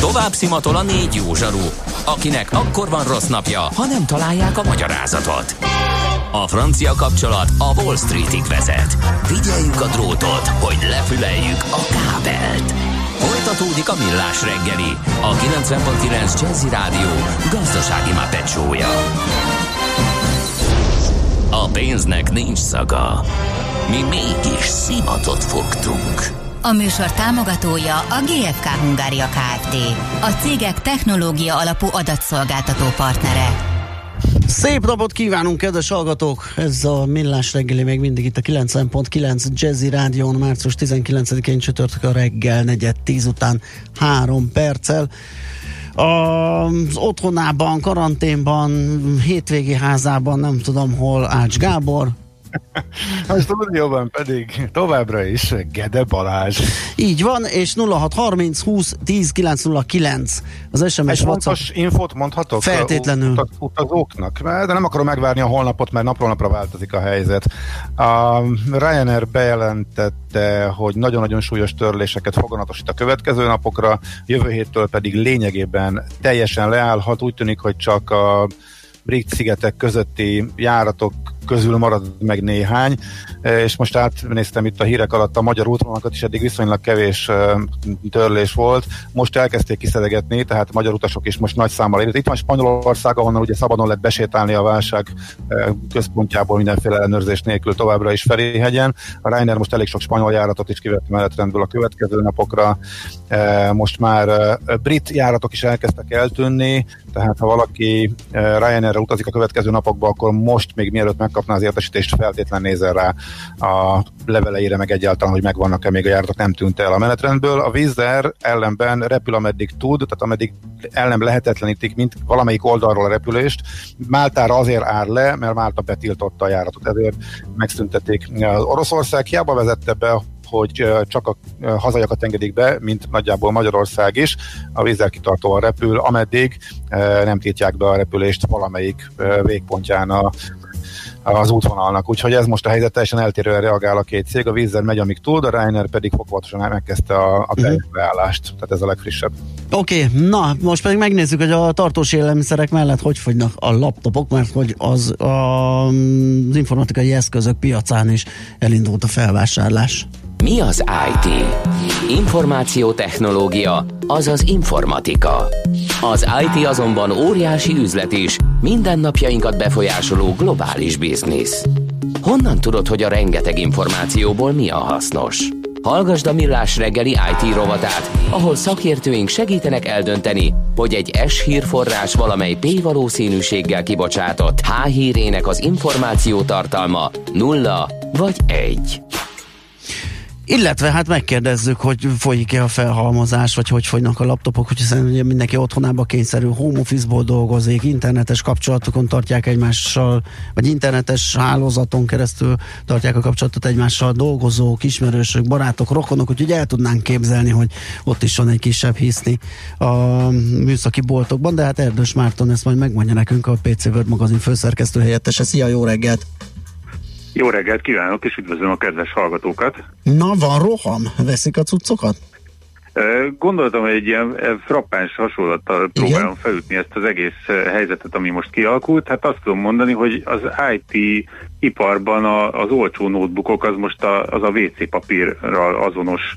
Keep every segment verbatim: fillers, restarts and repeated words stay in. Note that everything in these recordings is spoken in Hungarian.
Tovább szimatol a négy jó zsaru, akinek akkor van rossz napja, ha nem találják a magyarázatot. A francia kapcsolat a Wall Streetig vezet. Figyeljük a drótot, hogy lefüleljük a kábelt. Folytatódik a Millás reggeli, a kilencven pont kilenc Jazzy Rádió gazdasági mápecsója. A pénznek nincs szaga. Mi mégis szimatot fogtunk. A műsor támogatója a gé ef ká Hungária Kft. A cégek technológia alapú adatszolgáltató partnere. Szép napot kívánunk, kedves hallgatók! Ez a Millás reggeli még mindig itt a kilencven pont kilenc Jazzy Rádión, március tizenkilencedikén csütörtök a reggel negyed tíz után három perccel. Az otthonában, karanténban, hétvégi házában, nem tudom hol, Ács Gábor. A stúdióban pedig továbbra is Gede Balázs. Így van, és nulla hat harminc húsz tíz kilenc nulla kilenc az es em es Egy WhatsApp. fontos infót mondhatok? Feltétlenül. Utaz, utazóknak, de nem akarom megvárni a holnapot, mert napról napra változik a helyzet. A Ryanair bejelentette, hogy nagyon-nagyon súlyos törléseket foganatosít a következő napokra, jövő héttől pedig lényegében teljesen leállhat. Úgy tűnik, hogy csak a brit szigetek közötti járatok közül marad meg néhány, és most átnéztem itt a hírek alatt a magyar útvonalakat is, eddig viszonylag kevés törlés volt, most elkezdték kiszedegetni, tehát a magyar utasok is most nagy számmal érnek. Itt van Spanyolország, ahonnan ugye szabadon lehet besétálni a válság központjából mindenféle ellenőrzés nélkül továbbra is Ferihegyen. A Ryanair most elég sok spanyol járatot is kivett menetrendből a következő napokra. Most már brit járatok is elkezdtek eltűnni, tehát ha valaki Ryanairrel utazik a következő napokban, akkor most még mielőtt megkapná az értesítést, feltétlen nézzen rá a leveleire, meg egyáltalán, hogy megvannak-e még a járatok, nem tűnt el a menetrendből. A Wizz Air ellenben repül, ameddig tud, tehát ameddig el nem lehetetlenítik mint valamelyik oldalról a repülést. Máltára azért áll le, mert Málta betiltotta a járatot, ezért megszüntették. Oroszország hiába vezette be, hogy csak a hazaiakat engedik be, mint nagyjából Magyarország is. A Wizz Air kitartóan repül, ameddig nem tiltják be a repülést valamelyik végpontján a az útvonalnak, úgyhogy ez most a helyzet, teljesen eltérően reagál a két cég, a Wizz Air megy, amíg tud, a Ryanair pedig fokozatosan megkezdte a, a teljes beállást, tehát ez a legfrissebb. Oké, okay, na, most pedig megnézzük, hogy a tartós élelmiszerek mellett hogy fogynak a laptopok, mert hogy az, a, az informatikai eszközök piacán is elindult a felvásárlás. Mi az i té? Információtechnológia, azaz informatika. Az i té azonban óriási üzlet is, mindennapjainkat befolyásoló globális biznisz. Honnan tudod, hogy a rengeteg információból mi a hasznos? Hallgasd a Millás reggeli i té rovatát, ahol szakértőink segítenek eldönteni, hogy egy S hírforrás valamely P valószínűséggel kibocsátott H hírének az információ tartalma nulla vagy egy. Illetve hát megkérdezzük, hogy folyik-e a felhalmozás, vagy hogy fogynak a laptopok, hiszen ugye mindenki otthonába kényszerül, home office-ból dolgozik, internetes kapcsolatokon tartják egymással, vagy internetes hálózaton keresztül tartják a kapcsolatot egymással dolgozók, ismerősök, barátok, rokonok, úgyhogy el tudnánk képzelni, hogy ott is van egy kisebb hiszni a műszaki boltokban, de hát Erdős Márton ezt majd megmondja nekünk, a pé cé World magazin főszerkesztő helyettese. Szia, jó reggelt! Jó reggelt kívánok, és üdvözlöm a kedves hallgatókat! Na, van roham? Veszik a cuccokat? Gondoltam, hogy egy ilyen frappáns hasonlattal próbálom felütni ezt az egész helyzetet, ami most kialakult. Hát azt tudom mondani, hogy az i té iparban a, az olcsó notebookok az most a, az a vé cé papírral azonos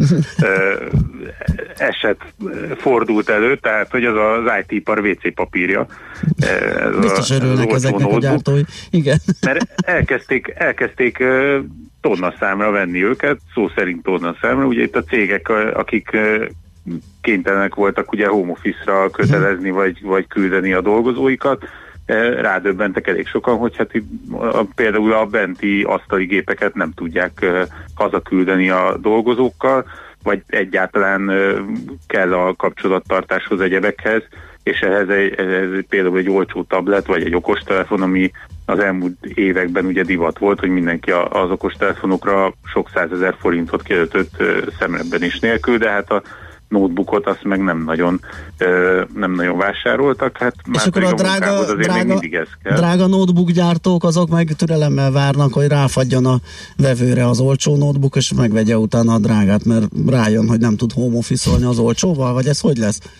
eset fordult elő, tehát hogy az az i té ipar vé cé papírja. Ez biztos örülnek ezeknek a gyártói. Igen. Mert elkezdték, elkezdték tonna számra venni őket, szó szerint tonna számra. Ugye itt a cégek, akik kénytelenek voltak ugye home office-ra kötelezni, vagy, vagy küldeni a dolgozóikat, rádöbbentek elég sokan, hogy hát itt a, például a benti asztali gépeket nem tudják hazaküldeni a dolgozókkal, vagy egyáltalán kell a kapcsolattartáshoz, egyebekhez, és ehhez, egy, ehhez például egy olcsó tablet, vagy egy okostelefon, ami az elmúlt években ugye divat volt, hogy mindenki az okostelefonokra sok százezer forintot kiöltött szemrebben is nélkül, de hát a notebookot azt meg nem nagyon, nem nagyon vásároltak. Hát és akkor a drága, drága, drága notebook gyártók azok meg türelemmel várnak, hogy ráfagyjon a vevőre az olcsó notebook, és megvegye utána a drágát, mert rájön, hogy nem tud home office-olni az olcsóval, vagy ez hogy lesz?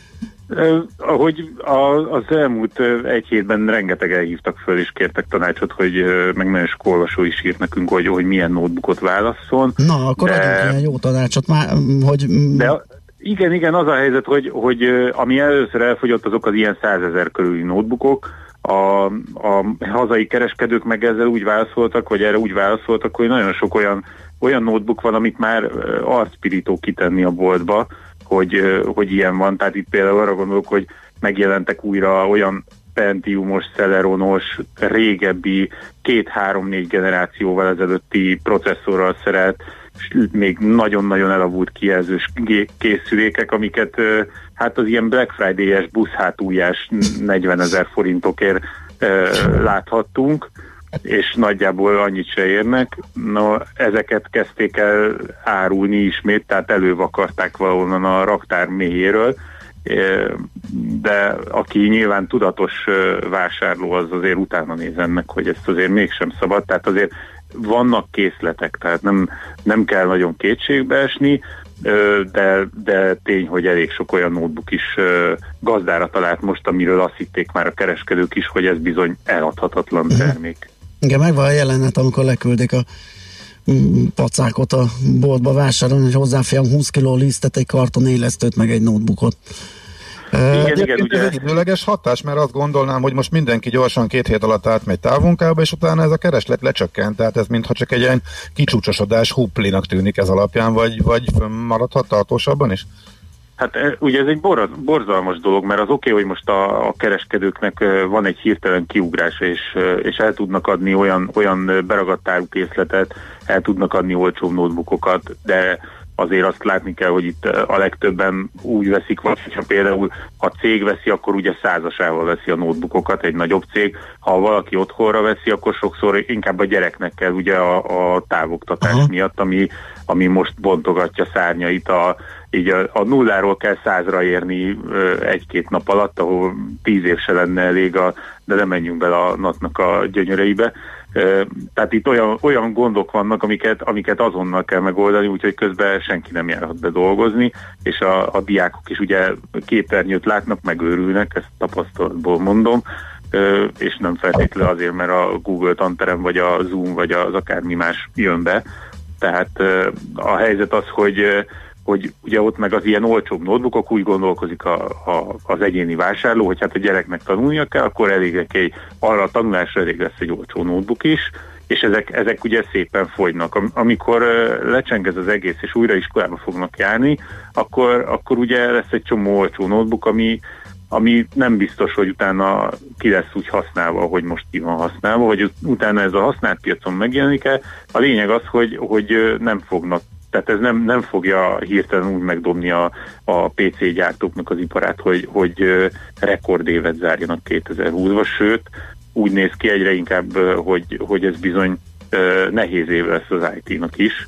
Uh, ahogy a, az elmúlt uh, egy hétben rengeteg elhívtak föl és kértek tanácsot, hogy uh, meg nagyon sok olvasó is írt nekünk, hogy, hogy milyen notebookot válasszon. Na, akkor de, adjunk ilyen jó tanácsot már, hogy... De igen, igen, az a helyzet, hogy, hogy uh, ami először elfogyott, azok az ilyen százezer körüli notebookok. A, a hazai kereskedők meg ezzel úgy válaszoltak, vagy erre úgy válaszoltak, hogy nagyon sok olyan, olyan notebook van, amit már uh, arcpirító kitenni a boltba, hogy, hogy ilyen van. Tehát itt például arra gondolok, hogy megjelentek újra olyan Pentiumos, Celeronos, régebbi két-három-négy generációval ezelőtti processzorral szerelt, még nagyon-nagyon elavult kijelzős készülékek, amiket hát az ilyen Black Friday-es buszhátuljás negyvenezer forintokért láthattunk, és nagyjából annyit se érnek. No, ezeket kezdték el árulni ismét, tehát elővakarták valahonnan a raktár mélyéről, de aki nyilván tudatos vásárló, az azért utána néz ennek, hogy ezt azért mégsem szabad, tehát azért vannak készletek, tehát nem, nem kell nagyon kétségbe esni, de, de tény, hogy elég sok olyan notebook is gazdára talált most, amiről azt hitték már a kereskedők is, hogy ez bizony eladhatatlan termék. Igen, megvan a jelenet, amikor leküldik a pacákot a boltba vásárolni, hogy hozzáférjem húsz kiló lisztet, egy karton élesztőt, meg egy notebookot. Igen, igen, ugye. Ez egy időleges hatás, mert azt gondolnám, hogy most mindenki gyorsan két hét alatt átmegy távmunkába, és utána ez a kereslet lecsökkent, tehát ez mintha csak egy ilyen kicsúcsosodás hupplinak tűnik ez alapján, vagy, vagy maradhat tartósabban is? Hát ugye ez egy bor, borzalmas dolog, mert az oké, okay, hogy most a, a kereskedőknek van egy hirtelen kiugrása, és, és el tudnak adni olyan, olyan beragadt árukészletet, el tudnak adni olcsó notebookokat, de azért azt látni kell, hogy itt a legtöbben úgy veszik, vagy ha például ha cég veszi, akkor ugye százasával veszi a notebookokat, egy nagyobb cég. Ha valaki otthonra veszi, akkor sokszor inkább a gyereknek kell ugye a, a távoktatás Aha. miatt, ami, ami most bontogatja szárnyait. A, így a, a nulláról kell százra érni egy-két nap alatt, ahol tíz év se lenne elég, a, de nem menjünk bele a napnak a gyönyöreibe. Tehát itt olyan, olyan gondok vannak, amiket, amiket azonnal kell megoldani, úgyhogy közben senki nem járhat be dolgozni, és a, a diákok is ugye képernyőt látnak, megőrülnek, ezt tapasztalatból mondom, és nem feltétlenül azért, mert a Google tanterem, vagy a Zoom, vagy az akármi más jön be. Tehát a helyzet az, hogy hogy ugye ott meg az ilyen olcsóbb notebookok, úgy gondolkozik a, a, az egyéni vásárló, hogy hát a gyereknek tanulnia kell, akkor elég egy, arra a tanulásra elég lesz egy olcsó notebook is, és ezek, ezek ugye szépen fogynak. Amikor lecseng ez az egész, és újra iskolába fognak járni, akkor, akkor ugye lesz egy csomó olcsó notebook, ami, ami nem biztos, hogy utána ki lesz úgy használva, hogy most ki van használva, vagy utána ez a használt piacon megjelenik-e. A lényeg az, hogy, hogy nem fognak, tehát ez nem, nem fogja hirtelen úgy megdobni a, a pé cé gyártóknak az iparát, hogy, hogy rekordévet zárjanak kétezer-húszban, sőt, úgy néz ki egyre inkább, hogy, hogy ez bizony nehéz év lesz az í té-nak is,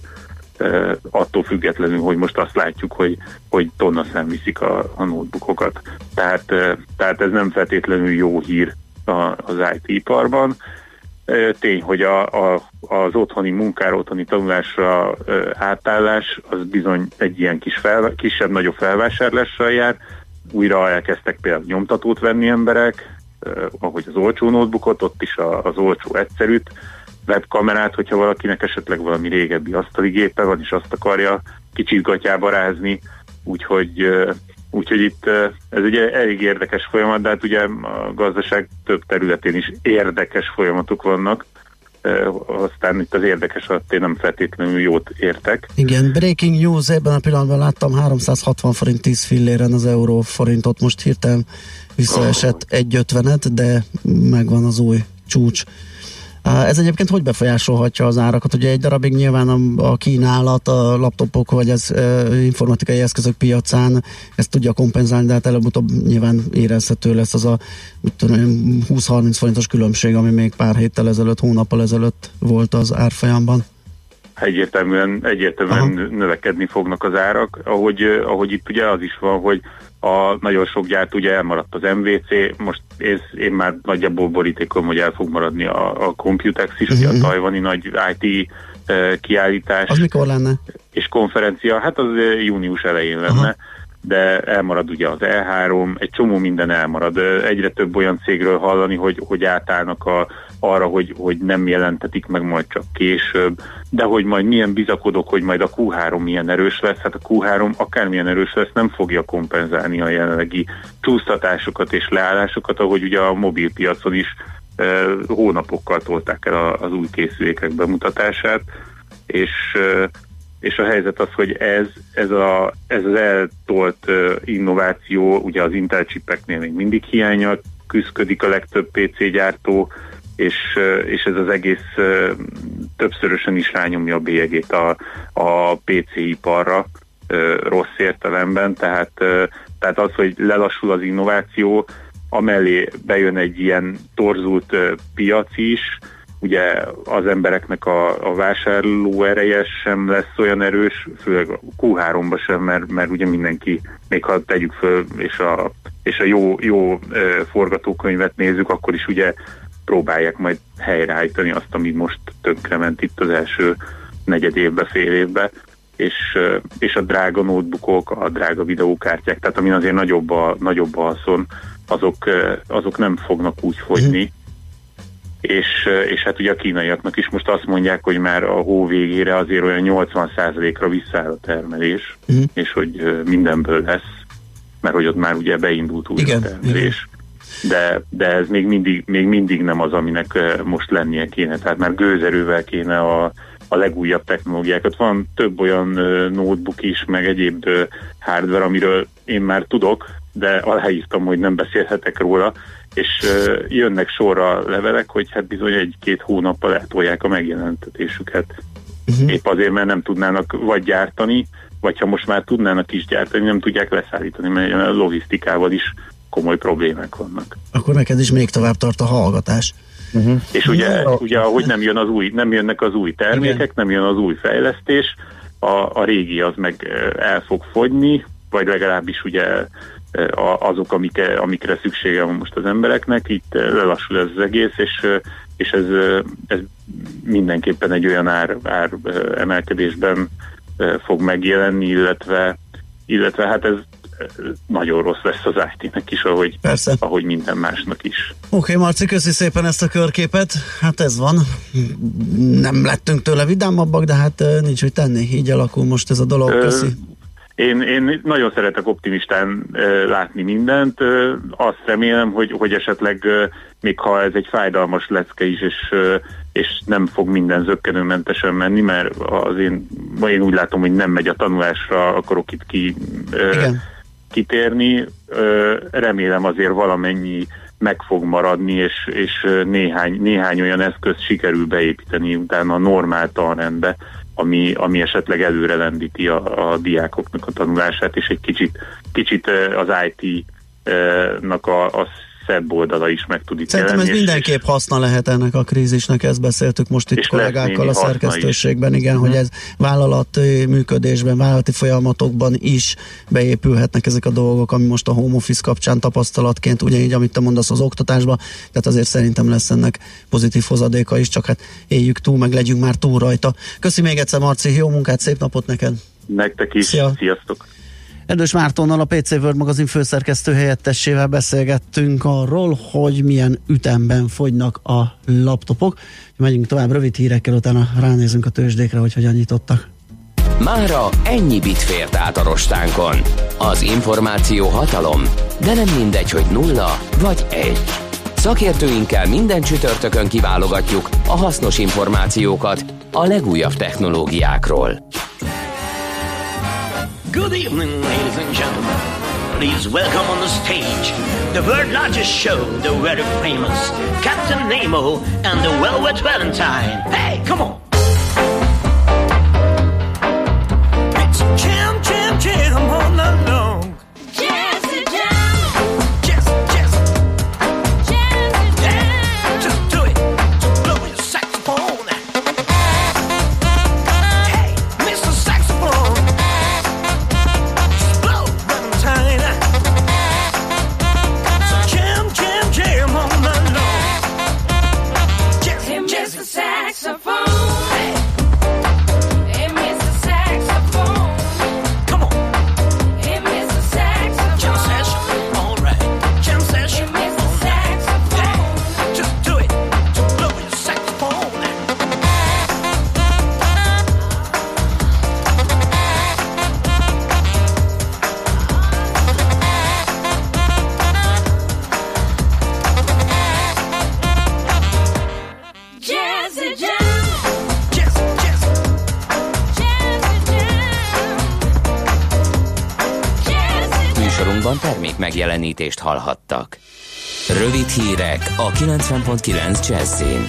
attól függetlenül, hogy most azt látjuk, hogy, hogy tonnaszám viszik a, a notebookokat. Tehát, tehát ez nem feltétlenül jó hír az í té-iparban. Tény, hogy a, a, az otthoni munkára, otthoni tanulásra átállás az bizony egy ilyen kis fel, kisebb-nagyobb felvásárlással jár. Újra elkezdtek például nyomtatót venni emberek, ahogy az olcsó notebookot, ott is a, az olcsó egyszerűt, webkamerát, hogyha valakinek esetleg valami régebbi asztali gépe van, és azt akarja kicsit gatyába rázni, úgyhogy, úgyhogy itt ez ugye elég érdekes folyamat, de hát ugye a gazdaság több területén is érdekes folyamatok vannak, aztán itt az érdekes alatt én nem feltétlenül jót értek. Igen, breaking news, ebben a pillanatban láttam háromszázhatvan forint tíz filléren az euró forintot, most hirtelen visszaesett egy ötvenet, de megvan az új csúcs. Ez egyébként hogy befolyásolhatja az árakat? Ugye egy darabig nyilván a, a kínálat, a laptopok vagy az e, informatikai eszközök piacán ezt tudja kompenzálni, de hát előbb-utóbb nyilván érezhető lesz az a húsz-harminc forintos különbség, ami még pár héttel ezelőtt, hónappal ezelőtt volt az árfolyamban. Egyértelműen, egyértelműen Aha. növekedni fognak az árak, ahogy, ahogy itt ugye az is van, hogy a nagyon sok gyárt ugye elmaradt az em vé cé, most én, én már nagyjából borítékom, hogy el fog maradni a, a Computex is, uh-huh. ugye a tajvani nagy í té uh, kiállítás. Az mikor lenne? És konferencia, hát az uh, június elején lenne. de elmarad ugye az E három, egy csomó minden elmarad. Egyre több olyan cégről hallani, hogy, hogy átállnak a, arra, hogy, hogy nem jelentetik meg majd csak később, de hogy majd milyen bizakodok, hogy majd a Q három milyen erős lesz, hát a Q három akármilyen erős lesz, nem fogja kompenzálni a jelenlegi csúsztatásokat és leállásokat, ahogy ugye a mobilpiacon is eh, hónapokkal tolták el a, az új készülékek bemutatását, és eh, és a helyzet az, hogy ez, ez, a, ez az eltolt uh, innováció, ugye az Intel chipeknél még mindig hiányal küszködik a legtöbb pé cé gyártó, és, uh, és ez az egész uh, többszörösen is rányomja a bélyegét a, a pé cé iparra uh, rossz értelemben, tehát, uh, tehát az, hogy lelassul az innováció, amellé bejön egy ilyen torzult uh, piac is, ugye az embereknek a, a vásárló ereje sem lesz olyan erős, főleg a Q háromba sem, mert, mert ugye mindenki, még ha tegyük föl, és a, és a jó, jó e, forgatókönyvet nézzük, akkor is ugye próbálják majd helyreállítani azt, ami most tönkrement itt az első negyed évbe, fél évbe, és, e, és a drága notebookok, a drága videókártyák, tehát amin azért nagyobb a, nagyobb a haszon, azok, e, azok nem fognak úgy fogyni, És, és hát ugye a kínaiaknak is most azt mondják, hogy már a hó végére azért olyan nyolcvan százalékra visszaáll a termelés, uh-huh. és hogy mindenből lesz, mert hogy ott már ugye beindult újra a termelés. De, de ez még mindig, még mindig nem az, aminek most lennie kéne, tehát már gőzerővel kéne a, a legújabb technológiákat. Van több olyan notebook is, meg egyéb hardware, amiről én már tudok, de aláírtam, hogy nem beszélhetek róla, és uh, jönnek sorra levelek, hogy hát bizony egy-két hónappal eltolják a megjelentetésüket. Uh-huh. Épp azért, mert nem tudnának vagy gyártani, vagy ha most már tudnának is gyártani, nem tudják leszállítani, mert a logisztikával is komoly problémák vannak. Akkor neked is még tovább tart a hallgatás. Uh-huh. És ugye, ugye ahogy nem, jön az új, nem jönnek az új termékek, igen. nem jön az új fejlesztés, a, a régi az meg el fog fogyni, vagy legalábbis ugye azok, amik, amikre szüksége van most az embereknek, itt lelassul ez az egész, és, és ez, ez mindenképpen egy olyan ár, ár emelkedésben fog megjelenni, illetve, illetve hát ez nagyon rossz lesz az í té-nek is, ahogy, ahogy minden másnak is. Oké, okay, Marci, köszi szépen ezt a körképet. Hát ez van. Nem lettünk tőle vidámabbak, de hát nincs mit tenni. Így alakul most ez a dolog. Köszi. Én, én nagyon szeretek optimistán uh, látni mindent. Uh, azt remélem, hogy, hogy esetleg uh, még ha ez egy fájdalmas lecke is, és, uh, és nem fog minden zökkenőmentesen menni, mert az én, én úgy látom, hogy nem megy a tanulásra, akarok itt ki, uh, kitérni. Uh, remélem azért valamennyi meg fog maradni, és, és néhány, néhány olyan eszközt sikerül beépíteni utána a normál tanrendbe, ami, ami esetleg előre lendíti a, a diákoknak a tanulását, és egy kicsit, kicsit az í té-nak a, a szebb oldala is meg tud itt Szerintem jelenni. ez mindenképp és, haszna lehet ennek a krízisnek, ezt beszéltük most itt kollégákkal a szerkesztőségben, igen, hmm. hogy ez vállalati működésben, vállalati folyamatokban is beépülhetnek ezek a dolgok, ami most a home office kapcsán tapasztalatként, ugyanígy, amit te mondasz az oktatásban, tehát azért szerintem lesz ennek pozitív hozadéka is, csak hát éljük túl, meg legyünk már túl rajta. Köszi még egyszer, Marci, jó munkát, szép napot neked! Nektek is, Szia. Sziasztok! Erdős Mártonnal, a pé cé World magazin főszerkesztő helyettesével beszélgettünk arról, hogy milyen ütemben fogynak a laptopok. Megyünk tovább rövid hírekkel, utána ránézünk a tőzsdékre, hogy hogyan nyitottak. Mára ennyi bit fért át a rostánkon. Az információ hatalom, de nem mindegy, hogy nulla vagy egy. Szakértőinkkel minden csütörtökön kiválogatjuk a hasznos információkat a legújabb technológiákról. Good evening, ladies and gentlemen. Please welcome on the stage the world largest show, the very famous Captain Nemo and the Velvet Valentine. Hey, come on! It's jam, jam, jam all night long. Jazzy jam. Jazz, jazz. Jazzy jam. Just do it. Just blow your saxophone. Hey, Mister Saxophone. Saxophone. termék megjelenítést hallhattak. Rövid hírek a kilencven pont kilenc Jazzin.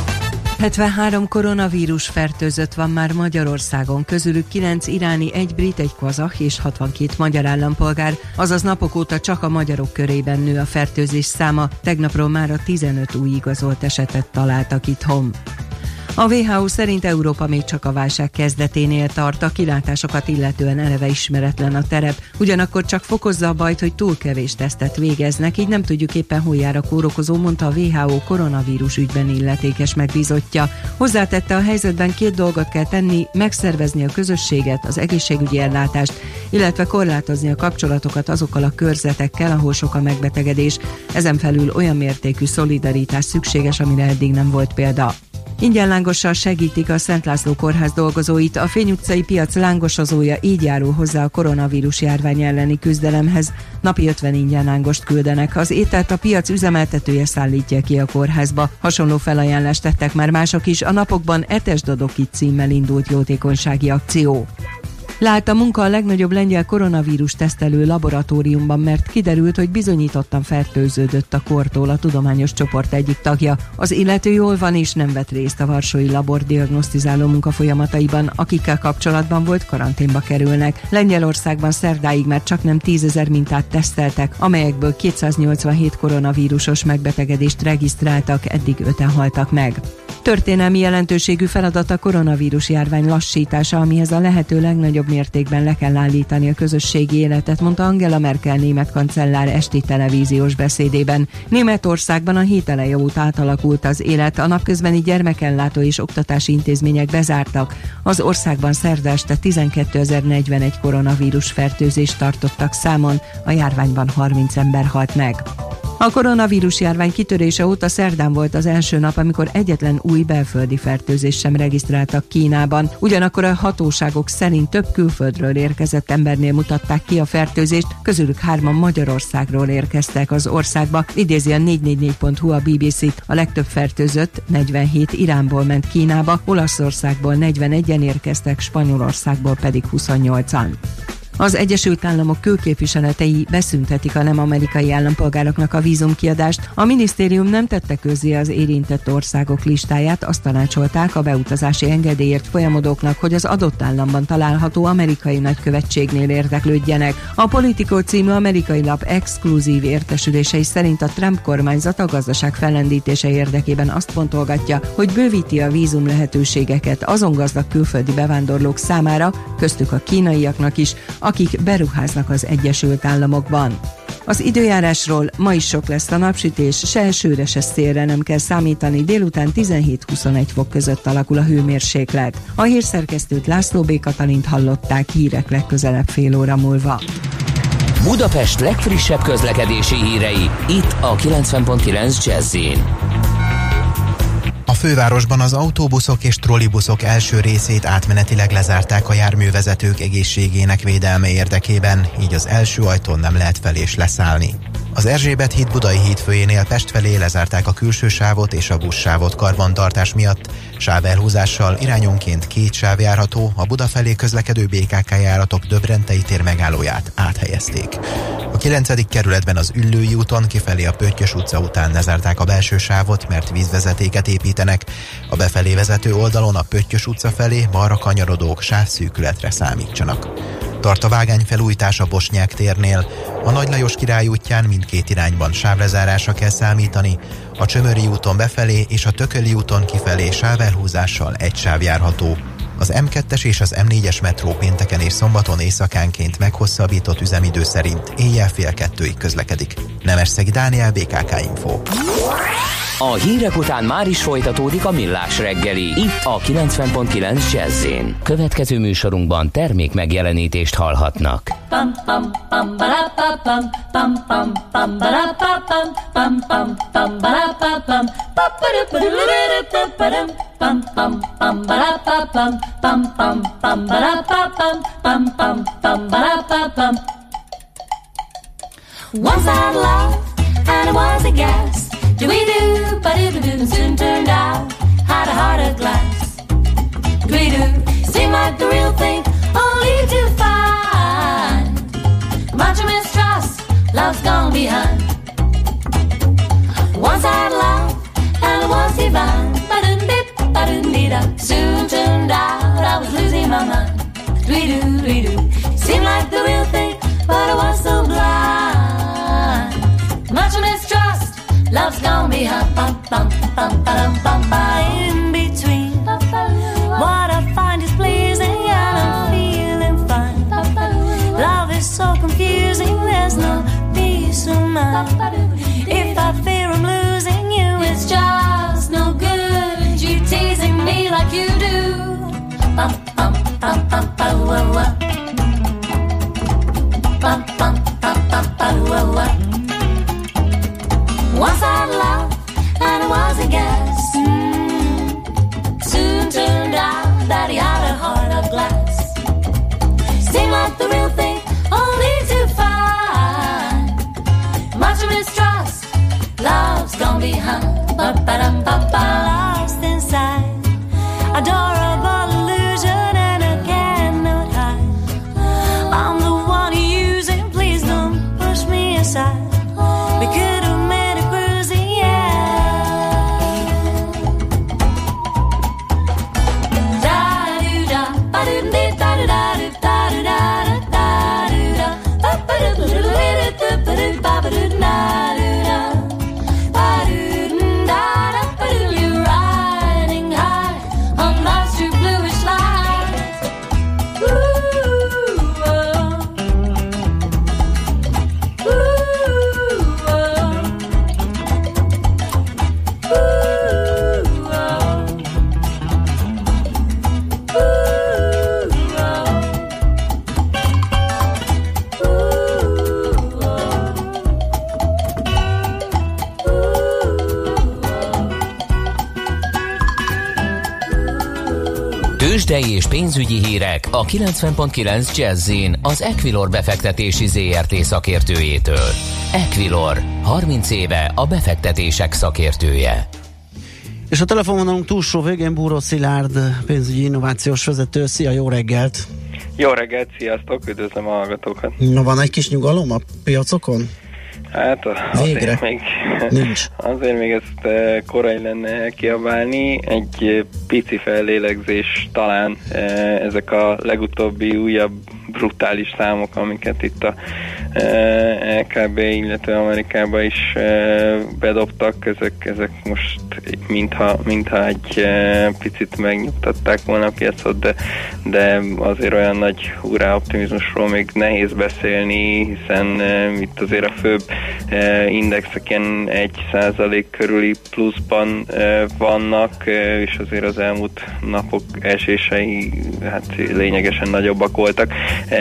hetvenhárom koronavírus fertőzött van már Magyarországon, közülük kilenc iráni, egy brit, egy kazah és hatvankét magyar állampolgár, azaz napok óta csak a magyarok körében nő a fertőzés száma, tegnapról már a tizenöt új igazolt esetet találtak itthon. A dupla vé há ó szerint Európa még csak a válság kezdeténél tart, a kilátásokat illetően eleve ismeretlen a terep, ugyanakkor csak fokozza a bajt, hogy túl kevés tesztet végeznek, így nem tudjuk éppen hol jár a kórokozó, mondta a dupla vé há ó koronavírus ügyben illetékes megbízottja. Hozzátette, a helyzetben két dolgot kell tenni, megszervezni a közösséget, az egészségügyi ellátást, illetve korlátozni a kapcsolatokat azokkal a körzetekkel, ahol sok a megbetegedés. Ezen felül olyan mértékű szolidaritás szükséges, amire eddig nem volt példa. Ingyen lángossal segítik a Szent László kórház dolgozóit, a Fény utcai piac lángosozója így járul hozzá a koronavírus járvány elleni küzdelemhez. Napi ötven ingyen lángost küldenek, az ételt a piac üzemeltetője szállítja ki a kórházba. Hasonló felajánlást tettek már mások is, a napokban Etesd adok itt címmel indult jótékonysági akció. Leállt a munka a legnagyobb lengyel koronavírus tesztelő laboratóriumban, mert kiderült, hogy bizonyítottan fertőződött a kortól a tudományos csoport egyik tagja. Az illető jól van és nem vett részt a varsói labor diagnosztizáló munkafolyamataiban, akikkel kapcsolatban volt, karanténba kerülnek. Lengyelországban szerdáig már csaknem tízezer mintát teszteltek, amelyekből kétszáznyolcvanhét koronavírusos megbetegedést regisztráltak, eddig öten haltak meg. Történelmi jelentőségű feladat a koronavírus járvány lassítása, amihez a lehető legnagyobb mértékben le kell állítani a közösségi életet, mondta Angela Merkel német kancellár esti televíziós beszédében. Németországban a hét eleje óta átalakult az élet, a napközbeni gyermekellátó és oktatási intézmények bezártak. Az országban szerda este tizenkétezer-negyvenegy koronavírus fertőzést tartottak számon, a járványban harminc ember halt meg. A koronavírus járvány kitörése óta szerdán volt az első nap, amikor egyetlen új belföldi fertőzést sem regisztráltak Kínában. Ugyanakkor a hatóságok szerint több külföldről érkezett embernél mutatták ki a fertőzést, közülük hárman Magyarországról érkeztek az országba. Idézi a négy négy négy pont hu a bé bé cét. A legtöbb fertőzött negyvenhét Iránból ment Kínába, Olaszországból negyvenegyen érkeztek, Spanyolországból pedig huszonnyolcan. Az Egyesült Államok külképviseletei beszüntetik a nem amerikai állampolgároknak a vízumkiadást. A minisztérium nem tette közzé az érintett országok listáját, azt tanácsolták a beutazási engedélyért folyamodóknak, hogy az adott államban található amerikai nagykövetségnél érdeklődjenek. A Politico című amerikai lap exkluzív értesülései szerint a Trump kormányzat a gazdaság fellendítése érdekében azt pontolgatja, hogy bővíti a vízum lehetőségeket azon gazdag külföldi bevándorlók számára, köztük a kínaiaknak is, akik beruháznak az Egyesült Államokban. Az időjárásról: ma is sok lesz a napsütés, se esőre, se szélre nem kell számítani, délután tizenhét-huszonegy fok között alakul a hőmérséklet. A hírszerkesztőt, László B. Katalint hallották, hírek legközelebb fél óra múlva. Budapest legfrissebb közlekedési hírei, itt a kilencven pont kilenc Jazz-in. A fővárosban az autóbuszok és trollibuszok első részét átmenetileg lezárták a járművezetők egészségének védelme érdekében, így az első ajtón nem lehet fel és leszállni. Az Erzsébet híd Budai hídfőjénél Pest felé lezárták a külső sávot és a buszsávot karbantartás miatt, sávelhúzással irányonként két sáv járható, a Buda felé közlekedő bé ká ká járatok Döbrentei tér megállóját áthelyezték. A kilencedik kerületben az Üllői úton kifelé a Pöttyös utca után lezárták a belső sávot, mert vízvezetéket építenek. A befelé vezető oldalon a Pöttyös utca felé balra kanyarodók sávszűkületre számítsanak. Tart a vágányfelújítás a Bosnyák térnél. A Nagy Lajos Király útján mindkét irányban sávlezárásra kell számítani, a Csömöri úton befelé és a Tököli úton kifelé sávelhúzással egy sáv járható. Az em kettes és az em négyes metró pénteken és szombaton éjszakánként meghosszabbított üzemidő szerint éjjel fél kettőig közlekedik. Nemesszegi Dániel, bé ká ká Info. A hírek után már is folytatódik a Millás reggeli, itt a kilencven pont kilenc Jazz-in. Következő műsorunkban termék megjelenítést hallhatnak. Bum bum bum ba da ba bum bum bum bum ba da ba bum bum bum bum ba da ba bum ba ba da ba da ba da bum bum bum ba da ba bum bum bum bum ba da ba bum bum bum bum ba da ba bum. Once I had love and it was a gas. Do we do, but it didn't soon turned out. Had a heart of glass. Do we do, seemed like the real thing, only to find much mistrust love's gone behind. Once I had love, and it was divine. Ba-dum-dip, ba-dum-dee-da. Soon turned out I was losing my mind. Dwee-doo, dwee-doo. Seemed like the real thing, but I was so blind. Much mistrust, love's gone behind. Bum, bum, bum, ba-dum, bum, ba. In between, what I find is pleasing and I'm feeling fine. Love is so confusing, there's no peace of mind. If I fear I'm losing you, it's just no good. You teasing me like you do. Bum, bum, bum, bum, bum, wah, wah. Bum, bum, bum, bum, bum, wah, wah. Once I had love, and it was a guess. Mm. Soon turned out that he had a heart of glass. Seemed like the real thing, only to find much mistrust, love's gone behind. Ba-ba-dum-ba-ba. Lost inside adorable illusion, and I cannot hide. I'm the one you're using, please don't push me aside. We could have made a cruising, yeah. Da-do-da, ba-do-dee-da-do-da-do, da-do-da-da-da-do-da, ba-ba-do-do-do-do-do-do-do, ba-ba-do-da-do-da, ba-do-da-da, ba-do. You're riding high on love's true bluish light. Ooh, oh. Ooh, oh. Tőzsdei és pénzügyi hírek a kilencven pont kilenc Jazz-in az Equilor befektetési zé er té szakértőjétől. Equilor, harminc éve a befektetések szakértője. És a telefonvonalunk túlsó végén Búró Szilárd, pénzügyi innovációs vezető. Szia, jó reggelt! Jó reggelt, sziasztok, üdvözlöm a hallgatókat! Na, van egy kis nyugalom a piacokon? Hát Végre. azért még, Nincs. azért még ezt korai lenne kiabálni, egy pici fellélegzés talán ezek a legutóbbi újabb brutális számok, amiket itt a é ká bé, illetve Amerikában is bedobtak, ezek, ezek most mintha, mintha egy picit megnyugtatták volna a piacot, de, de azért olyan nagy hurrá optimizmusról még nehéz beszélni, hiszen itt azért a főbb indexeken egy százalék körüli pluszban vannak, és azért az elmúlt napok esései hát lényegesen nagyobbak voltak.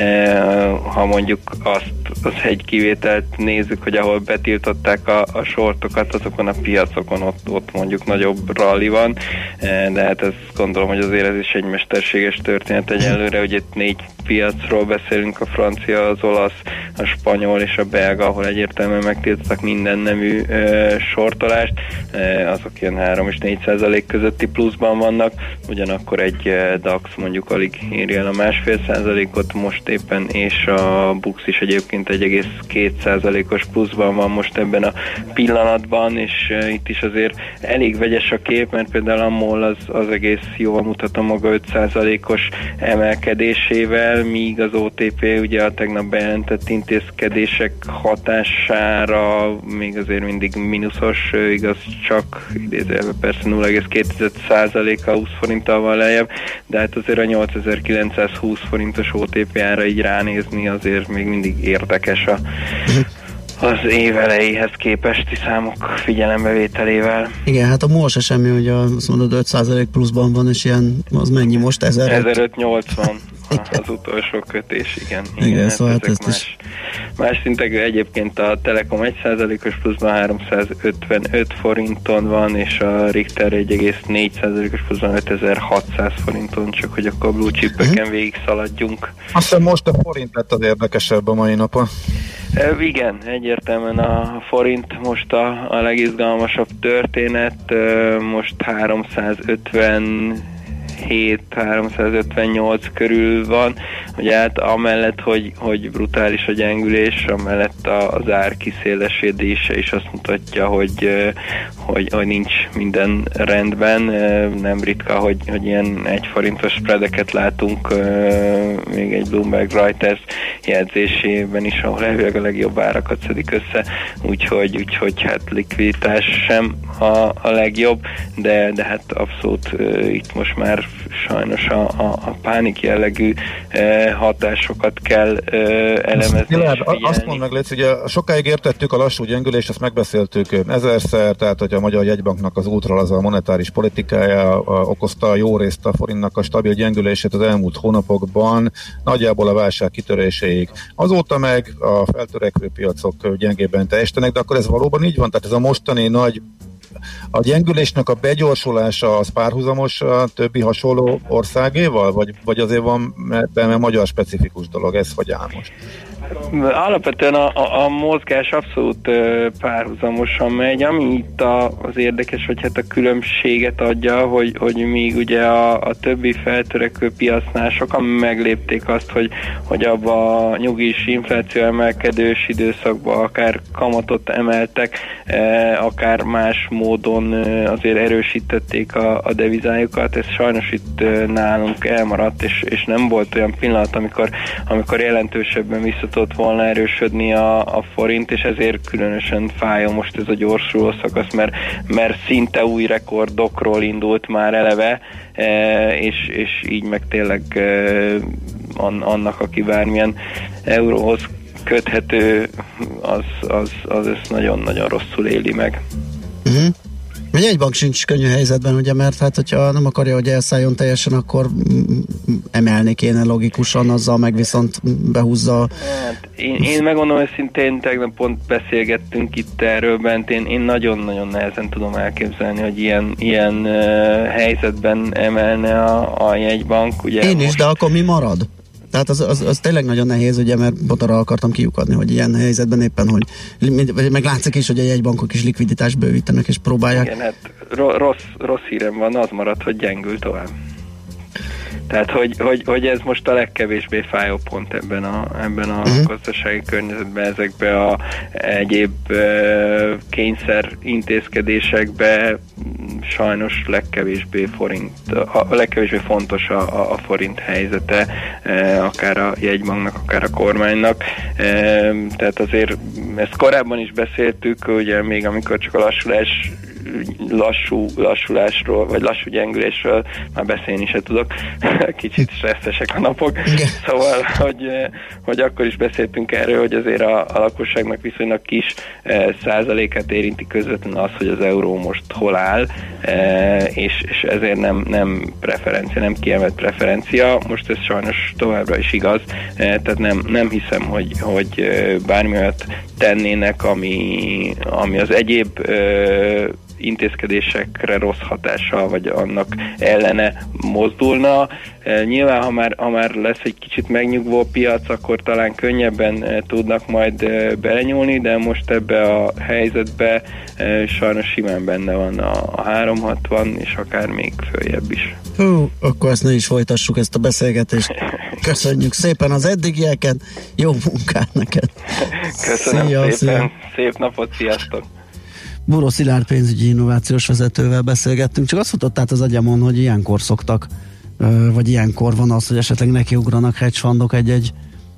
Ha mondjuk azt az egy kivételt nézzük, hogy ahol betiltották a, a sortokat, azokon a piacokon ott, ott mondjuk nagyobb rally van, de hát ezt gondolom, hogy azért ez is egy mesterséges történet egyelőre, hogy itt négy piacról beszélünk, a francia, az olasz, a spanyol és a belga, ahol egyértelműen megtiltottak minden nemű e, sortolást, e, azok ilyen három és négy százalék közötti pluszban vannak, ugyanakkor egy e, DAX mondjuk alig éri el a másfél százalékot most éppen, és a BUX is egyébként egy egész két százalékos pluszban van most ebben a pillanatban, és e, itt is azért elég vegyes a kép, mert például a MOL az, az egész jól mutat a maga öt százalékos emelkedésével, míg az o té pé ugye a tegnap bejelentett intézkedések hatására még azért mindig mínuszos, igaz csak idézőjelben persze nulla egész két százaléka húsz forinttal van lejjebb, de hát azért a nyolcezer-kilencszázhúsz forintos o té pé ára így ránézni azért még mindig érdekes a az év elejéhez képesti számok figyelembevételével. Igen, hát a MOL se semmi, hogy azt mondod öt százalék pluszban van, és ilyen, az mennyi most? ezerötnyolcvan az utolsó kötés, igen. Igen, igen, hát szóval ezek más, is. Más szintek, egyébként a Telekom egy százalékos pluszban háromszázötvenöt forinton van, és a Richter egy egész négy százalékos pluszban ötezer-hatszáz forinton, csak hogy akkor blue chipeken uh-huh. végig szaladjunk. Azt hiszem most a forint lett az érdekesebb a mai napon. E, igen, egyértelműen a forint most a, a legizgalmasabb történet, e, most háromszázötven háromszázötvenhét háromszázötvennyolc körül van, ugye hát amellett, hogy, hogy brutális a gyengülés, amellett az ár kiszélesedése is azt mutatja, hogy, hogy, hogy nincs minden rendben. Nem ritka, hogy, hogy ilyen egy forintos spreadeket látunk még egy Bloomberg Reuters jegyzésében is, ahol elvileg a legjobb árakat szedik össze, úgyhogy, úgyhogy hát likviditás sem a, a legjobb, de, de hát abszolút uh, itt most már sajnos a, a, a pánik jellegű uh, hatásokat kell uh, elemezni. Milyen, azt mondd meg, Léci, ugye sokáig értettük a lassú gyengülést, ezt megbeszéltük ezerszer, tehát hogy a Magyar Jegybanknak az útról az a monetáris politikája a, okozta jó részt a forintnak a stabil gyengülését az elmúlt hónapokban, nagyjából a válság kitöréséig. Azóta meg a feltörekvő piacok gyengében teljesítenek, de akkor ez valóban így van? Tehát ez a mostani nagy a gyengülésnek a begyorsulása az párhuzamos a többi hasonló országéval? Vagy, vagy azért van benne magyar specifikus dolog, ez vagy álmos? Alapvetően a, a, a mozgás abszolút uh, párhuzamosan megy, ami itt a, az érdekes, hogy hát a különbséget adja, hogy, hogy még ugye a, a többi feltörekvő piacnál sokan meglépték azt, hogy, hogy abba a nyugis infláció emelkedős időszakban akár kamatot emeltek, eh, akár más módon eh, azért erősítették a, a devizájukat. Ez sajnos itt eh, nálunk elmaradt, és, és nem volt olyan pillanat, amikor, amikor jelentősebben visszatott volna erősödni a, a forint, és ezért különösen fájó most ez a gyorsuló szakasz, mert, mert szinte új rekordokról indult már eleve, e, és, és így meg tényleg e, an, annak, aki bármilyen euróhoz köthető, az, az, az ezt nagyon-nagyon rosszul éli meg. Uh-huh. A jegybank sincs könnyű helyzetben, ugye, mert hát, hogyha nem akarja, hogy elszálljon teljesen, akkor emelni kéne logikusan, azzal meg viszont behúzza. Hát, én, én megmondom őszintén, tegnap pont beszélgettünk itt erről bent, én, én nagyon-nagyon nehezen tudom elképzelni, hogy ilyen, ilyen uh, helyzetben emelne a, a jegybank. Ugye én is, most... de akkor mi marad? Tehát az, az, az tényleg nagyon nehéz, ugye, mert pont arra akartam kiukadni, hogy ilyen helyzetben éppen, hogy meg látszik is, hogy a jegybankok is likviditást bővítenek és próbálják. Igen, hát rossz, rossz hírem van, az marad, hogy gyengül tovább. Tehát, hogy, hogy, hogy ez most a legkevésbé fájó pont ebben a, ebben a uh-huh. gazdasági környezetben, ezekben a egyéb uh, kényszer intézkedésekben sajnos legkevésbé forint, a, a legkevésbé fontos a, a, a forint helyzete, uh, akár a jegybanknak, akár a kormánynak. Uh, tehát azért ezt korábban is beszéltük, ugye még amikor csak a lassulás lassú lassulásról, vagy lassú gyengülésről már beszélni se tudok. Kicsit stresszesek a napok. Igen. Szóval, hogy, hogy akkor is beszéltünk erről, hogy azért a, a lakosságnak viszonylag kis e, százalékát érinti közvetlenül az, hogy az euró most hol áll, e, és, és ezért nem, nem preferencia, nem kiemelt preferencia. Most ez sajnos továbbra is igaz, e, tehát nem, nem hiszem, hogy, hogy bármi olyat tennének, ami, ami az egyéb e, intézkedésekre rossz hatással, vagy annak ellene mozdulna. E, nyilván, ha már, ha már lesz egy kicsit megnyugvó piac, akkor talán könnyebben e, tudnak majd e, belenyúlni, de most ebbe a helyzetbe e, sajnos simán benne van a, a háromszázhatvan, és akár még följebb is. Hú, akkor ezt ne is folytassuk, ezt a beszélgetést. Köszönjük szépen az eddigieket, jó munkát neked! Köszönöm szia, szépen, szia. Szép napot, sziasztok! Búró Szilárd pénzügyi innovációs vezetővel beszélgettünk, csak azt futott át az agyamon, hogy ilyenkor szoktak, vagy ilyenkor van az, hogy esetleg nekiugranak hedge fundok egy-egy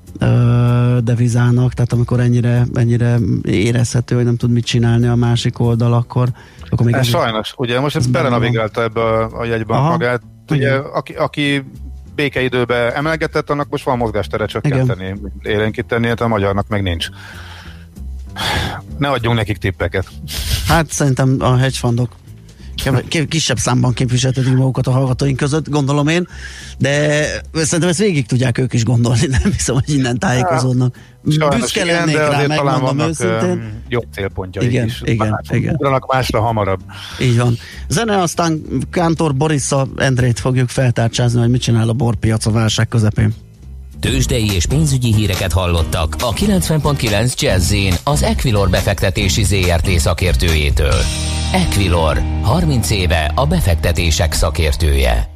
devizának, tehát amikor ennyire, ennyire érezhető, hogy nem tud mit csinálni a másik oldal, akkor, akkor még... Ez sajnos, ugye most ez belenavigálta ebbe a, a jegybank Aha. magát, ugye aki, aki békeidőben emelgetett, annak most van mozgástere csökkenteni, élénkíteni, tehát a magyarnak meg nincs. Ne adjunk nekik tippeket. Hát szerintem a hedge fundok kisebb számban képviseltetik magukat a hallgatóink között, gondolom én, de szerintem ezt végig tudják ők is gondolni, nem hiszem, hogy innen tájékozódnak. Büszke lennék rá, megmondom őszintén. Jobb célpontjaik igen, is. Igen, igen. Ugranak másra hamarabb. Így van. Zene, aztán Kántor Borissa Endrét fogjuk feltárcsázni, hogy mit csinál a borpiac a válság közepén. Tőzsdei és pénzügyi híreket hallottak a kilencven pont kilenc Jazz-in az Equilor befektetési zé er té szakértőjétől. Equilor, harminc éve a befektetések szakértője.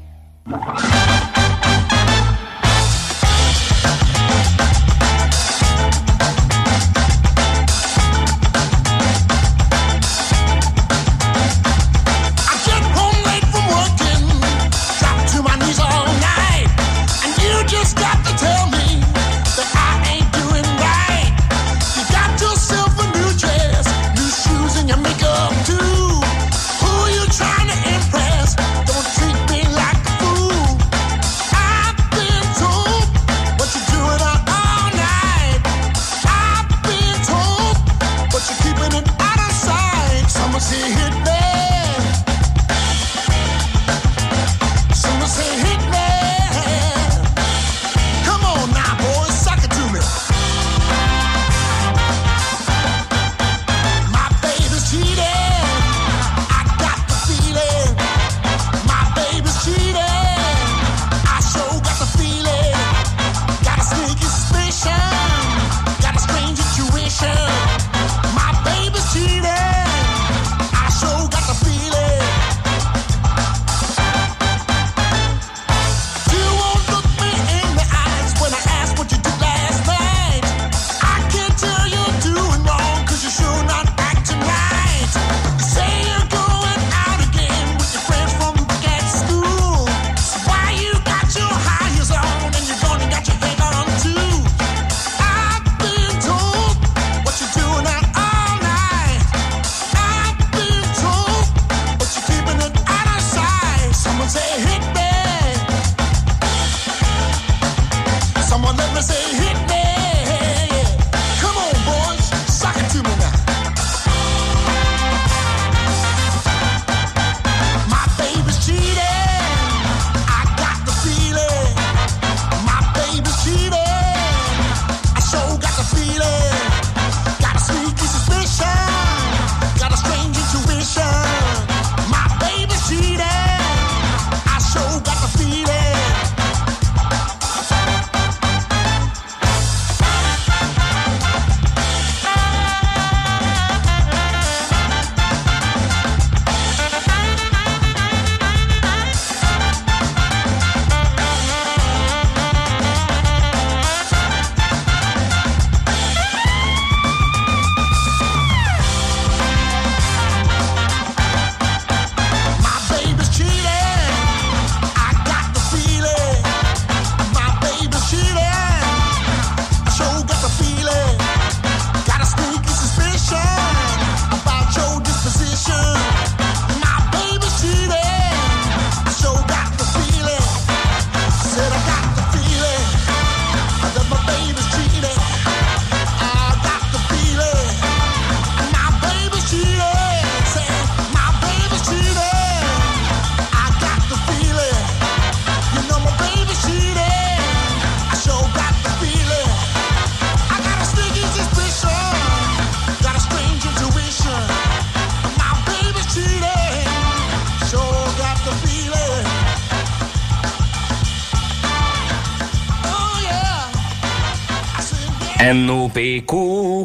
en o pé kú,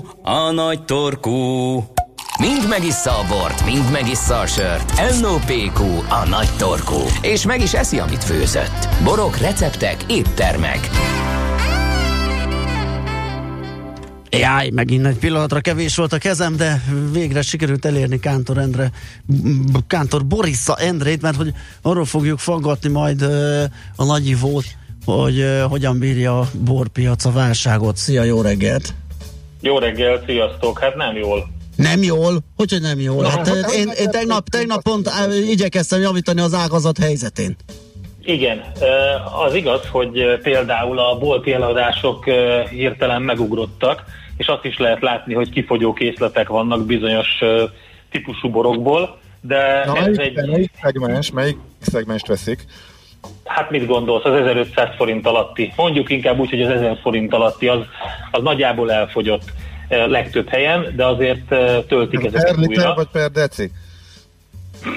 a nagy torkú. Mind megissza a bort, mind megissza a sört. en o pé kú, a nagy torkú. És meg is eszi, amit főzött. Borok, receptek, éttermek. Jaj, megint egy pillanatra kevés volt a kezem, de végre sikerült elérni Kántor Endre, Kántor Borissa Endrét, mert hogy arról fogjuk faggatni majd uh, a nagyivót, hogy uh, hogyan bírja a borpiac a válságot. Szia, jó reggelt! Jó reggelt, sziasztok! Hát nem jól. Nem jól? Hogyhogy nem jól? Hát én, én tegnap, tegnap pont igyekeztem javítani az ágazat helyzetén. Igen, az igaz, hogy például a bolti eladások hirtelen megugrottak, és azt is lehet látni, hogy kifogyó készletek vannak bizonyos típusú borokból, de Na, ez melyik, egy... melyik szegmens, melyik szegmens veszik? Hát mit gondolsz, az ezerötszáz forint alatti? Mondjuk inkább úgy, hogy az ezer forint alatti, az, az nagyjából elfogyott legtöbb helyen, de azért töltik ezeket per liter újra. vagy per deci?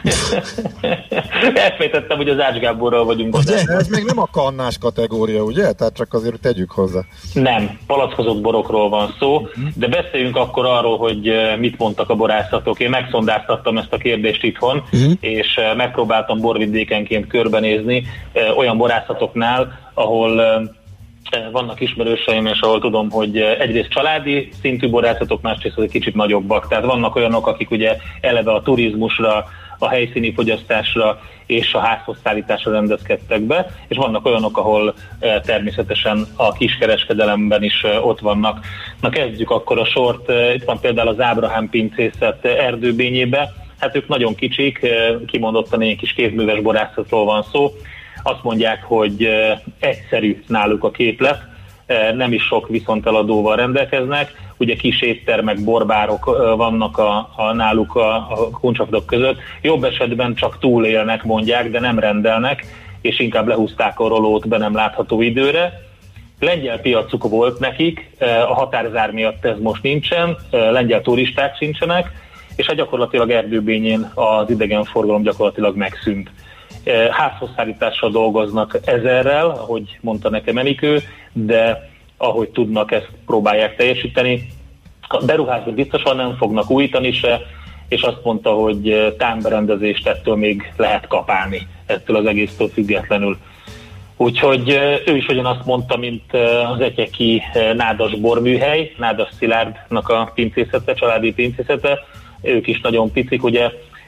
Elfejtettem, hogy az Ács Gáborral vagyunk. Ugye? Ez még nem a kannás kategória, ugye? Tehát csak azért tegyük hozzá. Nem, palackozott borokról van szó, de beszéljünk akkor arról, hogy mit mondtak a borászatok. Én megszondáztattam ezt a kérdést itthon, uh-huh. és megpróbáltam borvidékenként körbenézni olyan borászatoknál, ahol vannak ismerőseim, és ahol tudom, hogy egyrészt családi szintű borászatok, másrészt egy kicsit nagyobbak. Tehát vannak olyanok, akik ugye eleve a turizmusra, a helyszíni fogyasztásra és a házhoz szállításra rendezkedtek be, és vannak olyanok, ahol természetesen a kiskereskedelemben is ott vannak. Na kezdjük akkor a sort. Itt van például az Ábrahám pincészet Erdőbényébe. Hát ők nagyon kicsik, kimondottan egy kis kézműves borászatról van szó. Azt mondják, hogy egyszerű náluk a képlet, nem is sok viszonteladóval rendelkeznek, ugye kis éttermek, borbárok vannak a, a náluk a, a kuncsafdok között, jobb esetben csak túlélnek, mondják, de nem rendelnek, és inkább lehúzták a rolót be nem látható időre. Lengyel piacuk volt nekik, a határzár miatt ez most nincsen, lengyel turisták sincsenek, és hát gyakorlatilag Erdőbényén az idegenforgalom gyakorlatilag megszűnt. Házhozszállítással dolgoznak ezerrel, ahogy mondta nekem Enikő, de ahogy tudnak, ezt próbálják teljesíteni. A beruházni biztosan nem fognak újítani se, és azt mondta, hogy támberendezést ettől még lehet kapálni, ettől az egésztől függetlenül. Úgyhogy ő is ugyanazt mondta, mint az etyeki Nádas borműhely, Nádas Szilárdnak a pincészete, családi pincészete, ők is nagyon picik, ugye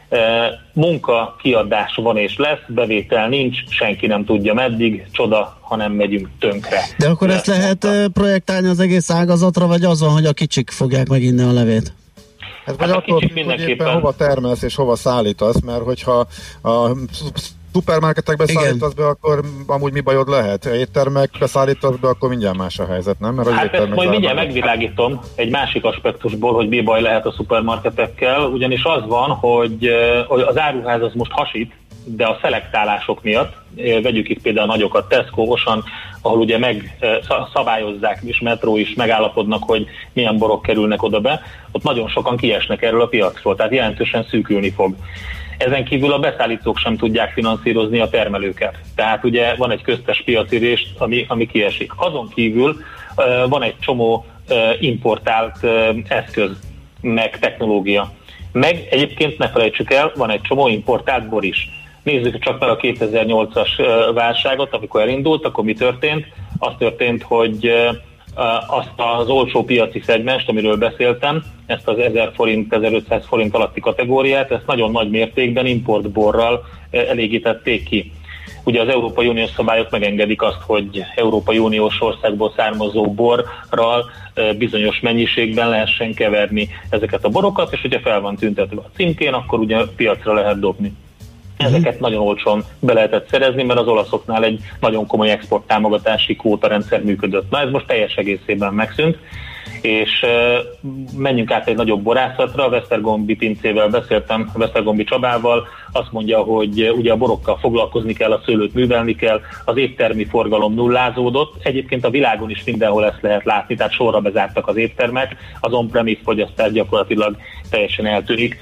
munka, kiadás van és lesz, bevétel nincs, senki nem tudja meddig, csoda, ha nem megyünk tönkre. De akkor ezt lehet mondta. projektálni az egész ágazatra, vagy az van, hogy a kicsik fogják meginni a levét? Hát vagy hát attól, hogy éppen hova termelsz és hova szállítasz, mert hogyha a szupermarketekbe szállítasz be, akkor amúgy mi bajod lehet? Éttermekbe szállítasz be, akkor mindjárt más a helyzet, nem? Mert hát ezt majd mindjárt megvilágítom egy másik aspektusból, hogy mi baj lehet a szupermarketekkel, ugyanis az van, hogy, hogy az áruház az most hasít, de a szelektálások miatt, vegyük itt például a nagyokat, Tesco, Osan, ahol ugye meg szabályozzák, és Metro is megállapodnak, hogy milyen borok kerülnek oda be, ott nagyon sokan kiesnek erről a piacról, tehát jelentősen szűkülni fog. Ezen kívül a beszállítók sem tudják finanszírozni a termelőket. Tehát ugye van egy köztes piacirés, ami, ami kiesik. Azon kívül uh, van egy csomó uh, importált uh, eszköz, meg technológia. Meg egyébként ne felejtsük el, van egy csomó importált bor is. Nézzük csak meg a kétezer-nyolcas uh, válságot, amikor elindult, akkor mi történt? Az történt, hogy uh, azt az olcsó piaci szegmest, amiről beszéltem, ezt az ezer forint, ezerötszáz forint alatti kategóriát, ezt nagyon nagy mértékben importborral elégítették ki. Ugye az Európai Uniós szabályok megengedik azt, hogy Európai Uniós országból származó borral bizonyos mennyiségben lehessen keverni ezeket a borokat, és hogyha fel van tüntetve a címkén, akkor ugye piacra lehet dobni. Ezeket nagyon olcsón be lehetett szerezni, mert az olaszoknál egy nagyon komoly exporttámogatási kvótarendszer működött. Na ez most teljes egészében megszűnt, és uh, menjünk át egy nagyobb borászatra. A Vesztergombi pincével beszéltem, Vesztergombi Csabával, azt mondja, hogy uh, ugye a borokkal foglalkozni kell, a szőlőt művelni kell, az éttermi forgalom nullázódott. Egyébként a világon is mindenhol ezt lehet látni, tehát sorra bezártak az éttermek, az on-premise fogyasztás gyakorlatilag teljesen eltűnik.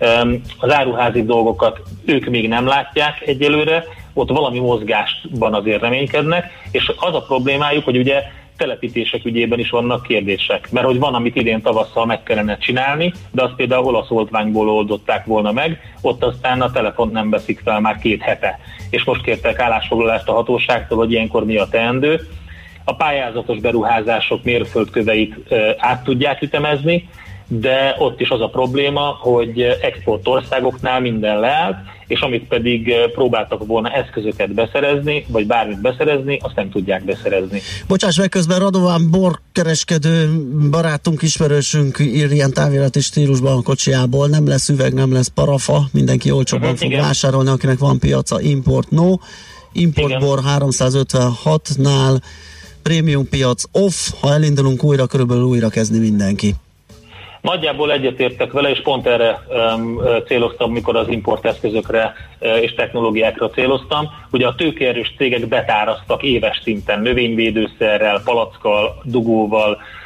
Az áruházi dolgokat ők még nem látják egyelőre, ott valami mozgásban azért reménykednek, és az a problémájuk, hogy ugye telepítések ügyében is vannak kérdések, mert hogy van, amit idén tavasszal meg kellene csinálni, de azt például olasz oltványból oldották volna meg, ott aztán a telefont nem veszik fel már két hete, és most kértek állásfoglalást a hatóságtól, hogy ilyenkor mi a teendő. A pályázatos beruházások mérföldköveit át tudják ütemezni, de ott is az a probléma, hogy exportországoknál minden leállt, és amit pedig próbáltak volna eszközöket beszerezni, vagy bármit beszerezni, azt nem tudják beszerezni. Bocsáss meg, közben Radován borkereskedő barátunk, ismerősünk ír ilyen távirati stílusban a kocsiából, nem lesz üveg, nem lesz parafa, mindenki olcsóban uh-huh, fog igen. vásárolni, akinek van piaca, import no, importbor háromszázötvenhatnál, prémium piac off, ha elindulunk újra, körülbelül újra kezdi mindenki. Nagyjából egyetértek vele, és pont erre um, céloztam, mikor az importeszközökre uh, és technológiákra céloztam. Ugye a tőkeerős cégek betáraztak éves szinten növényvédőszerrel, palackkal, dugóval,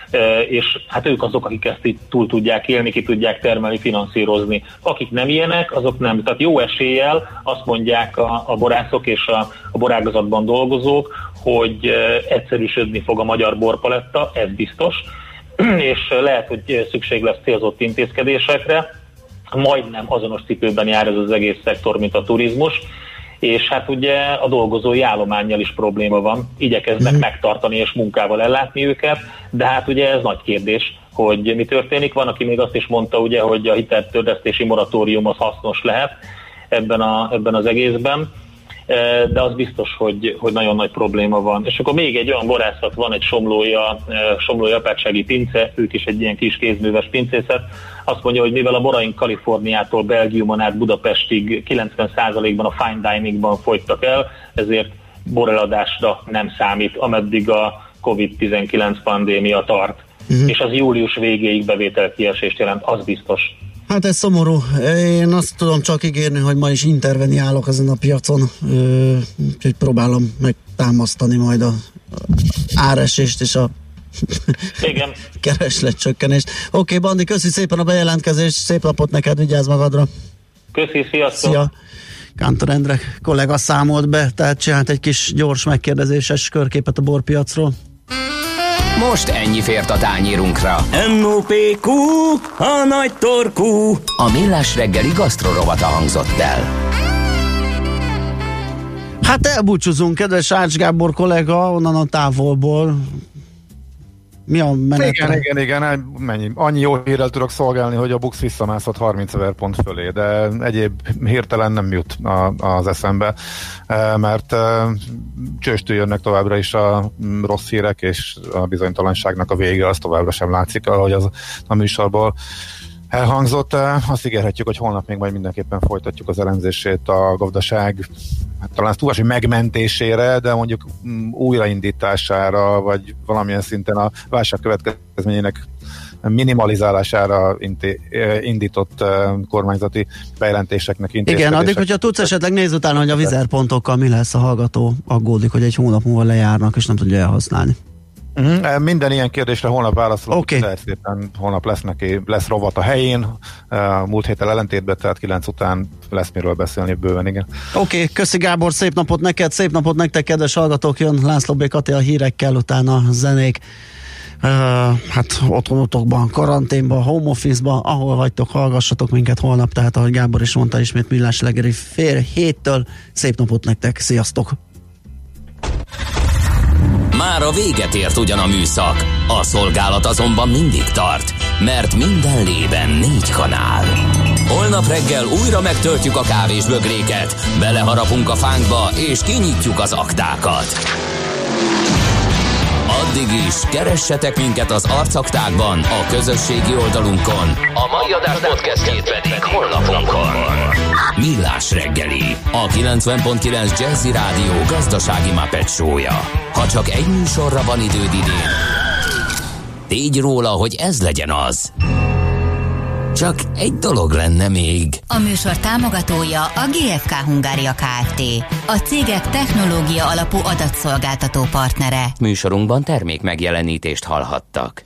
és hát ők azok, akik ezt így túl tudják élni, ki tudják termelni, finanszírozni. Akik nem ilyenek, azok nem. Tehát jó eséllyel azt mondják a, a borászok és a, a borágazatban dolgozók, hogy egyszerűsödni fog a magyar borpaletta, ez biztos, és lehet, hogy szükség lesz célzott intézkedésekre, majdnem azonos cipőben jár ez az egész szektor, mint a turizmus, és hát ugye a dolgozói állománnyal is probléma van, igyekeznek mm. megtartani és munkával ellátni őket, de hát ugye ez nagy kérdés, hogy mi történik. Van, aki még azt is mondta, ugye, hogy a hiteltörlesztési moratórium az hasznos lehet ebben, a, ebben az egészben, de az biztos, hogy, hogy nagyon nagy probléma van. És akkor még egy olyan borászat van, egy somlója, somlói apátsági pince, ők is egy ilyen kis kézműves pincészet, azt mondja, hogy mivel a boraink Kaliforniától Belgiumon át Budapestig kilencven százalékban a fine diningban fogytak el, ezért boreladásra nem számít, ameddig a kovid tizenkilenc pandémia tart. Uh-huh. És az július végéig bevételkiesést jelent, az biztos. Hát ez szomorú. Én azt tudom csak ígérni, hogy ma is interveniálok ezen a piacon, úgyhogy próbálom megtámasztani majd a áresést és a igen. keresletcsökkenést. Oké, okay, Bandi, köszi szépen a bejelentkezést, szép napot neked, vigyázz magadra. Köszi, sziasztok! Szia! Kántor Endre kollega számolt be, tehát csinált egy kis gyors megkérdezéses körképet a borpiacról. Most ennyi fért a tányérunkra. em o pé kú, a nagy torkú. A Millás reggeli gasztrorovata hangzott el. Hát elbúcsúzunk, kedves Ács Gábor kollega, onnan a távolból. Mi a menetre? Igen, igen, igen, mennyi. Annyi jó hírrel tudok szolgálni, hogy a Bux visszamászott harminc ezer pont fölé, de egyéb hirtelen nem jut a, az eszembe, mert csőstül jönnek továbbra is a rossz hírek, és a bizonytalanságnak a vége az továbbra sem látszik, ahogy az a műsorból elhangzott. Azt ígérhetjük, hogy holnap még majd mindenképpen folytatjuk az elemzését a gazdaság, hát talán túl, hogy megmentésére, de mondjuk újraindítására, vagy valamilyen szinten a válság következményének minimalizálására indított kormányzati bejelentéseknek intézkedések. Igen, addig, hogyha tudsz esetleg nézz utána, hogy a vizerpontokkal mi lesz, a hallgató aggódik, hogy egy hónap múlva lejárnak, és nem tudja elhasználni. Uh-huh. Minden ilyen kérdésre holnap válaszolok, okay. De szépen holnap lesz neki, lesz rovat a helyén, múlt héttel ellentétben, tehát kilenc után lesz miről beszélni bőven, igen. Oké, okay, köszi Gábor, szép napot neked, szép napot nektek, kedves hallgatók, jön László B. Kati a hírekkel, utána zenék. Uh, hát otthonotokban, karanténban, home office-ban, ahol vagytok, hallgassatok minket holnap, tehát ahogy Gábor is mondta, ismét Millás reggeli fél héttől, szép napot nektek, sziasztok! Már a véget ért ugyan a műszak, a szolgálat azonban mindig tart, mert minden lében négy kanál. Holnap reggel újra megtöltjük a kávés bögréket, beleharapunk a fánkba és kinyitjuk az aktákat. Addig is keressetek minket az arcaktákban, a közösségi oldalunkon, a mai adás podcastjét pedig honlapunkon. Millás reggeli, a kilencven pont kilenc Jazzy Rádió gazdasági Muppet show-ja. Ha csak egy műsorra van időd idén, tégy róla, hogy ez legyen az. Csak egy dolog lenne még. A műsor támogatója a gé ef ká Hungária Kft. A cégek technológia alapú adatszolgáltató partnere. Műsorunkban termék megjelenítést hallhattak.